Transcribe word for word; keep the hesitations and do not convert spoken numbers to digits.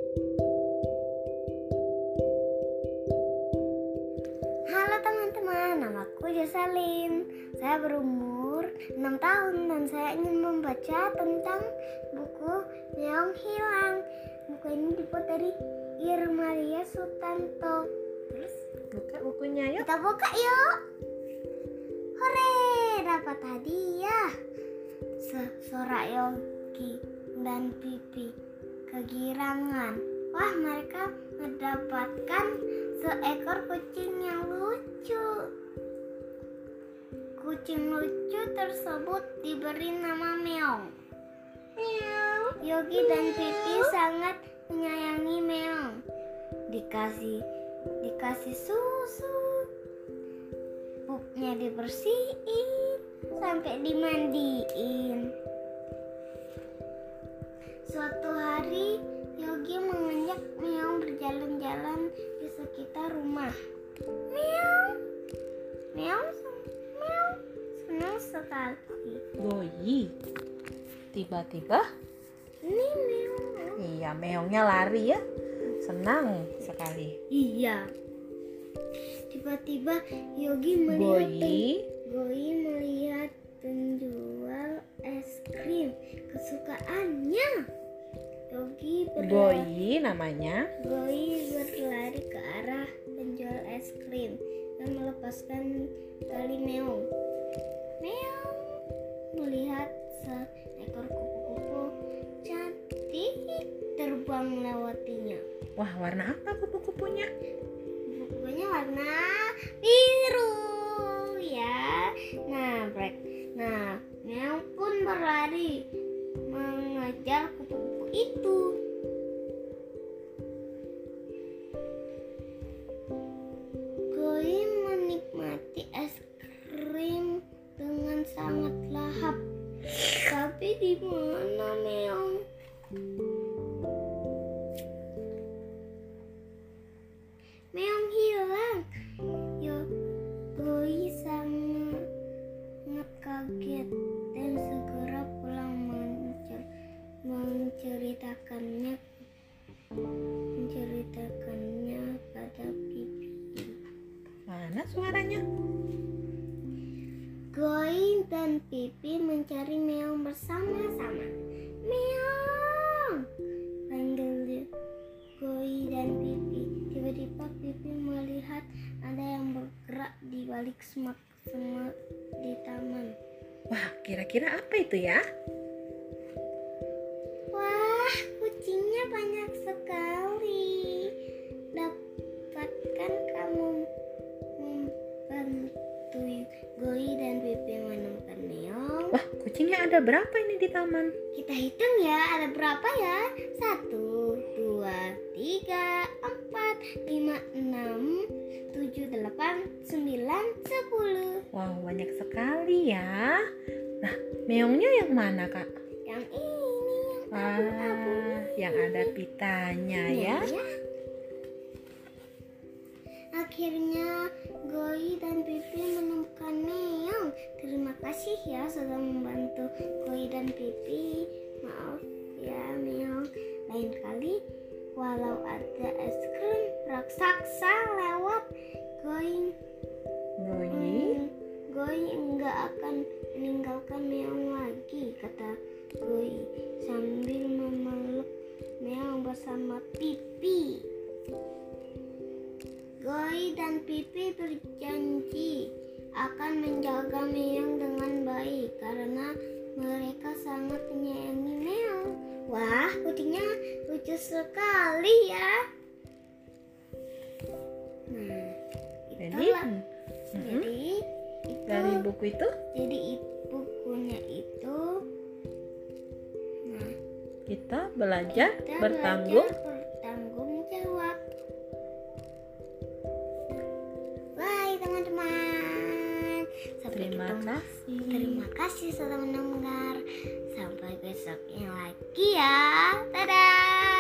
Halo teman-teman, namaku Jocelyn. Saya berumur enam tahun dan saya ingin membaca tentang buku Meong Hilang. Buku ini dibuat dari Irmalia Sutanto. Terus Buka bukunya yuk. kita buka yuk. Hore, dapat hadiah. Sora Yogi dan Pipi kegirangan. Wah, mereka mendapatkan seekor kucing yang lucu. Kucing lucu tersebut diberi nama Meong. Meong. Yogi dan Pipi sangat menyayangi Meong. Dikasih dikasih susu, pupnya dibersihin sampai dimandiin. Suatu hari Yogi mengajak Meong berjalan-jalan di sekitar rumah. Meong, Meong, Meong senang sekali. Goyi. Tiba-tiba, Ini Meong. iya Meongnya lari ya. Senang sekali. Iya. Tiba-tiba Yogi melihat Goyi. Goyi melihat penjual es krim kesukaannya. Yogi berlari, Goyi namanya. Goyi berlari ke arah penjual es krim dan melepaskan tali Meong. Meong melihat seekor kupu-kupu cantik terbang lewatinya. Wah, warna apa kupu-kupunya? Kupu-kupunya warna biru ya. Nah, break. Nah, Meong pun berlari mengejar kupu-kupu itu. Goyi menikmati es krim dengan sangat lahap. Tapi di mana Meong? Meong hilang. Yo, Goyi sangat kaget dan segera pulang mencer, menceritakannya menceritakannya pada Pipi. Mana suaranya? Goyi dan Pipi mencari Meong bersama-sama. Meong, panggil Goyi dan Pipi. Tiba-tiba Pipi melihat ada yang bergerak di balik semak-semak di taman. Wah, kira-kira apa itu ya? Wah, kucingnya banyak sekali. Dapatkah kamu membantu Goyi dan Pipi menemukan Meong? Wah, kucingnya ada berapa ini di taman? Kita hitung ya, ada berapa ya? Satu, dua, tiga, empat, lima, enam, tujuh, delapan, sembilan, sepuluh. Wow, banyak sekali ya. Nah, Meongnya yang mana, Kak? Yang ini, yang abu-abu. Ah, yang ada pitanya ya. Ya. Akhirnya Goyi dan Pipi menemukan Meong. Terima kasih ya sudah membantu Goyi dan Pipi. Maaf ya Meong, lain kali walau ada es krim raksasa lewat, Goyi Goyi. hmm, Goyi enggak akan meninggalkan Meong lagi, kata Goyi sambil memeluk Meong bersama Pipi. Goyi dan Pipi berjanji akan menjaga Meong dengan baik karena mereka sangat menyayangi Meong. Wah, kucingnya lucu sekali ya. Nah, Jadi, itulah. mm-mm. Jadi itu dari buku itu jadi i- bukunya itu. Nah, kita belajar kita bertanggung. belajar bertanggung jawab. Bye teman-teman. Sampai Terima ketemu. kasih. Terima kasih sudah mendengar. Sampai besoknya lagi ya. Dadah.